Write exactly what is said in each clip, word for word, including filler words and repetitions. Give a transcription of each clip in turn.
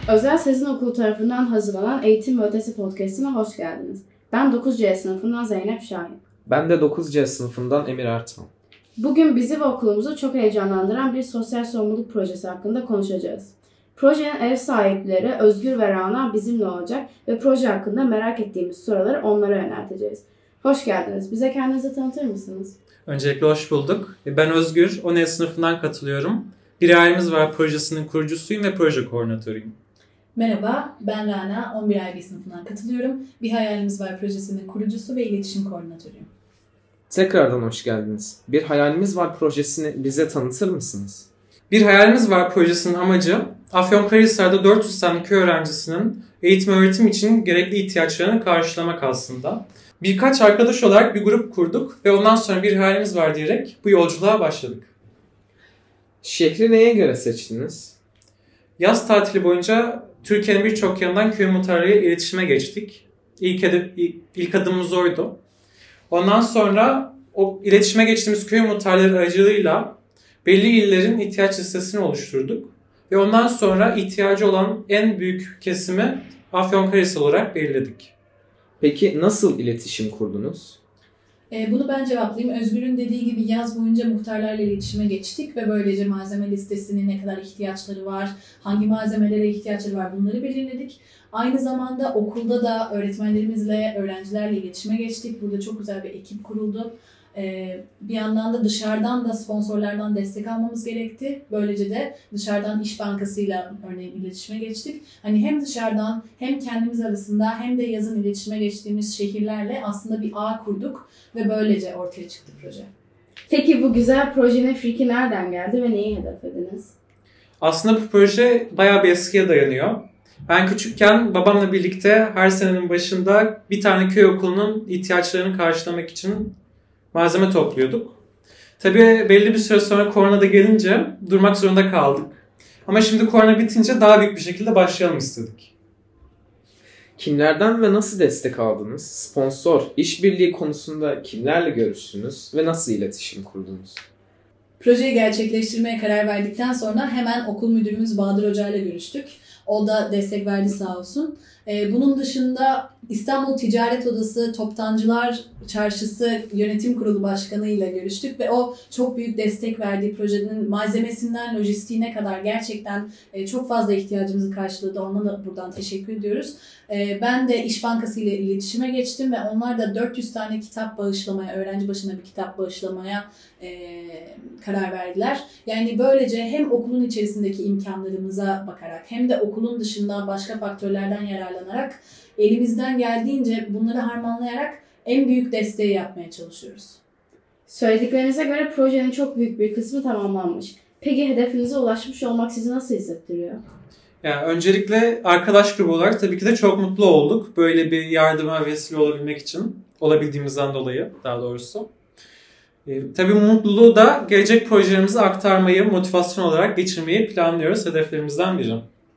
Özel Sezin Okulu tarafından hazırlanan Eğitim ve Ötesi Podcast'ına hoş geldiniz. Ben dokuz C sınıfından Zeynep Şahin. Ben de dokuz C sınıfından Emir Ertan. Bugün bizi ve okulumuzu çok heyecanlandıran bir sosyal sorumluluk projesi hakkında konuşacağız. Projenin ev sahipleri Özgür ve Rana bizimle olacak ve proje hakkında merak ettiğimiz soruları onlara yönelteceğiz. Hoş geldiniz. Bize kendinizi tanıtır mısınız? Öncelikle hoş bulduk. Ben Özgür, on E sınıfından katılıyorum. Bir Hayalimiz Var projesinin kurucusuyum ve proje koordinatörüyüm. Merhaba, ben Rana, on bir A B sınıfından katılıyorum. Bir Hayalimiz Var projesinin kurucusu ve iletişim koordinatörüyüm. Tekrardan hoş geldiniz. Bir Hayalimiz Var projesini bize tanıtır mısınız? Bir Hayalimiz Var projesinin amacı, Afyonkarahisar'da dört yüz tane köy öğrencisinin eğitim öğretim için gerekli ihtiyaçlarını karşılamak aslında. Birkaç arkadaş olarak bir grup kurduk ve ondan sonra bir hayalimiz var diyerek bu yolculuğa başladık. Şehri neye göre seçtiniz? Yaz tatili boyunca Türkiye'nin birçok yanından köy muhtarlarıyla iletişime geçtik. İlk, edip, ilk adımımız oydu. Ondan sonra o iletişime geçtiğimiz köy muhtarları aracılığıyla belli illerin ihtiyaç listesini oluşturduk. Ve ondan sonra ihtiyacı olan en büyük kesimi Afyonkarahisar olarak belirledik. Peki nasıl iletişim kurdunuz? E, bunu ben cevaplayayım. Özgür'ün dediği gibi yaz boyunca muhtarlarla iletişime geçtik ve böylece malzeme listesinin ne kadar ihtiyaçları var, hangi malzemelere ihtiyaçları var bunları belirledik. Aynı zamanda okulda da öğretmenlerimizle, öğrencilerle iletişime geçtik. Burada çok güzel bir ekip kuruldu. Ee, bir yandan da dışarıdan da sponsorlardan destek almamız gerekti. Böylece de dışarıdan İş Bankası'yla örneğin iletişime geçtik. Hani hem dışarıdan hem kendimiz arasında hem de yazın iletişime geçtiğimiz şehirlerle aslında bir ağ kurduk ve böylece ortaya çıktı proje. Peki bu güzel projenin fikri nereden geldi ve neyi hedeflediniz? Aslında bu proje bayağı bir eskiye dayanıyor. Ben küçükken babamla birlikte her senenin başında bir tane köy okulunun ihtiyaçlarını karşılamak için malzeme topluyorduk. Tabii belli bir süre sonra korona da gelince durmak zorunda kaldık. Ama şimdi korona bitince daha büyük bir şekilde başlayalım istedik. Kimlerden ve nasıl destek aldınız? Sponsor, işbirliği konusunda kimlerle görüştünüz ve nasıl iletişim kurdunuz? Projeyi gerçekleştirmeye karar verdikten sonra hemen okul müdürümüz Bahadır Hoca ile görüştük. O da destek verdi sağ olsun. Bunun dışında İstanbul Ticaret Odası Toptancılar Çarşısı Yönetim Kurulu Başkanı ile görüştük ve o çok büyük destek verdi. Projenin malzemesinden lojistiğine kadar gerçekten çok fazla ihtiyacımızı karşıladı. Ona da buradan teşekkür ediyoruz. Ben de İş Bankası ile iletişime geçtim ve onlar da dört yüz tane kitap bağışlamaya, öğrenci başına bir kitap bağışlamaya karar verdiler. Yani böylece hem okulun içerisindeki imkanlarımıza bakarak hem de okulun dışında başka faktörlerden yararlanarak elimizden geldiğince bunları harmanlayarak en büyük desteği yapmaya çalışıyoruz. Söylediklerinize göre projenin çok büyük bir kısmı tamamlanmış. Peki hedefinize ulaşmış olmak sizi nasıl hissettiriyor? Yani öncelikle arkadaş grubu olarak tabii ki de çok mutlu olduk. Böyle bir yardıma vesile olabilmek için. Olabildiğimizden dolayı daha doğrusu. Ee, tabii bu mutluluğu da gelecek projelerimizi aktarmayı, motivasyon olarak geçirmeyi planlıyoruz. Hedeflerimizden biri.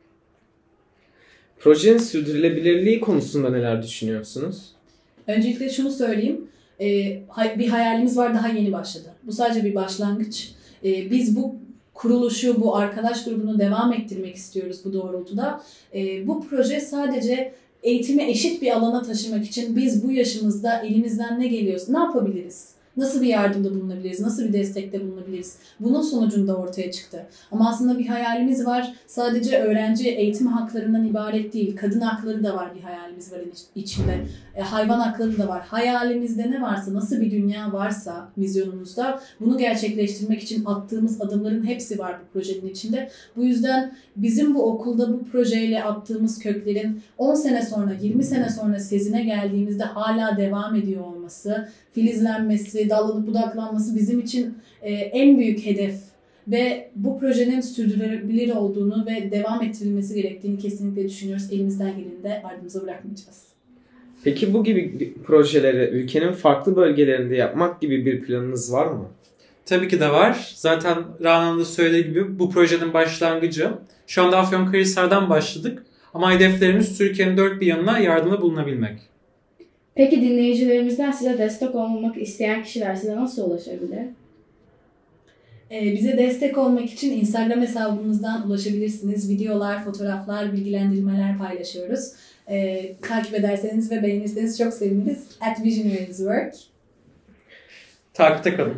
Projenin sürdürülebilirliği konusunda neler düşünüyorsunuz? Öncelikle şunu söyleyeyim. Ee, bir hayalimiz var, daha yeni başladı. Bu sadece bir başlangıç. Ee, biz bu kuruluşu, bu arkadaş grubunu devam ettirmek istiyoruz bu doğrultuda. Ee, bu proje sadece eğitimi eşit bir alana taşımak için biz bu yaşımızda elimizden ne geliyorsa ne yapabiliriz? Nasıl bir yardımda bulunabiliriz? Nasıl bir destekte bulunabiliriz? Bunun sonucunda ortaya çıktı. Ama aslında bir hayalimiz var. Sadece öğrenci eğitim haklarından ibaret değil. Kadın hakları da var, bir hayalimiz var içinde. E, hayvan hakları da var. Hayalimizde ne varsa, nasıl bir dünya varsa vizyonumuzda bunu gerçekleştirmek için attığımız adımların hepsi var bu projenin içinde. Bu yüzden bizim bu okulda bu projeyle attığımız köklerin on sene sonra, yirmi sene sonra Sezin'e geldiğimizde hala devam ediyor olması, filizlenmesi, dallanıp budaklanması bizim için e, en büyük hedef ve bu projenin sürdürülebilir olduğunu ve devam ettirilmesi gerektiğini kesinlikle düşünüyoruz. Elimizden geleni de ardımıza bırakmayacağız. Peki bu gibi projeleri ülkenin farklı bölgelerinde yapmak gibi bir planınız var mı? Tabii ki de var. Zaten Rana'nın da söylediği gibi bu projenin başlangıcı. Şu anda Afyonkarahisar'dan başladık ama hedeflerimiz Türkiye'nin dört bir yanına yardımda bulunabilmek. Peki dinleyicilerimizden size destek olmak isteyen kişiler size nasıl ulaşabilir? Ee, bize destek olmak için Instagram hesabımızdan ulaşabilirsiniz. Videolar, fotoğraflar, bilgilendirmeler paylaşıyoruz. Ee, takip ederseniz ve beğenirseniz çok seviniriz. At Visionaries Work. Takipte kalın.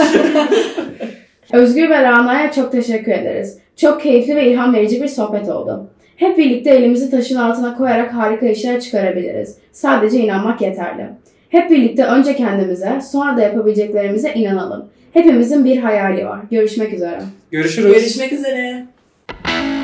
Özgür ve Rana'ya çok teşekkür ederiz. Çok keyifli ve ilham verici bir sohbet oldu. Hep birlikte elimizi taşın altına koyarak harika işler çıkarabiliriz. Sadece inanmak yeterli. Hep birlikte önce kendimize, sonra da yapabileceklerimize inanalım. Hepimizin bir hayali var. Görüşmek üzere. Görüşürüz. Görüşmek üzere.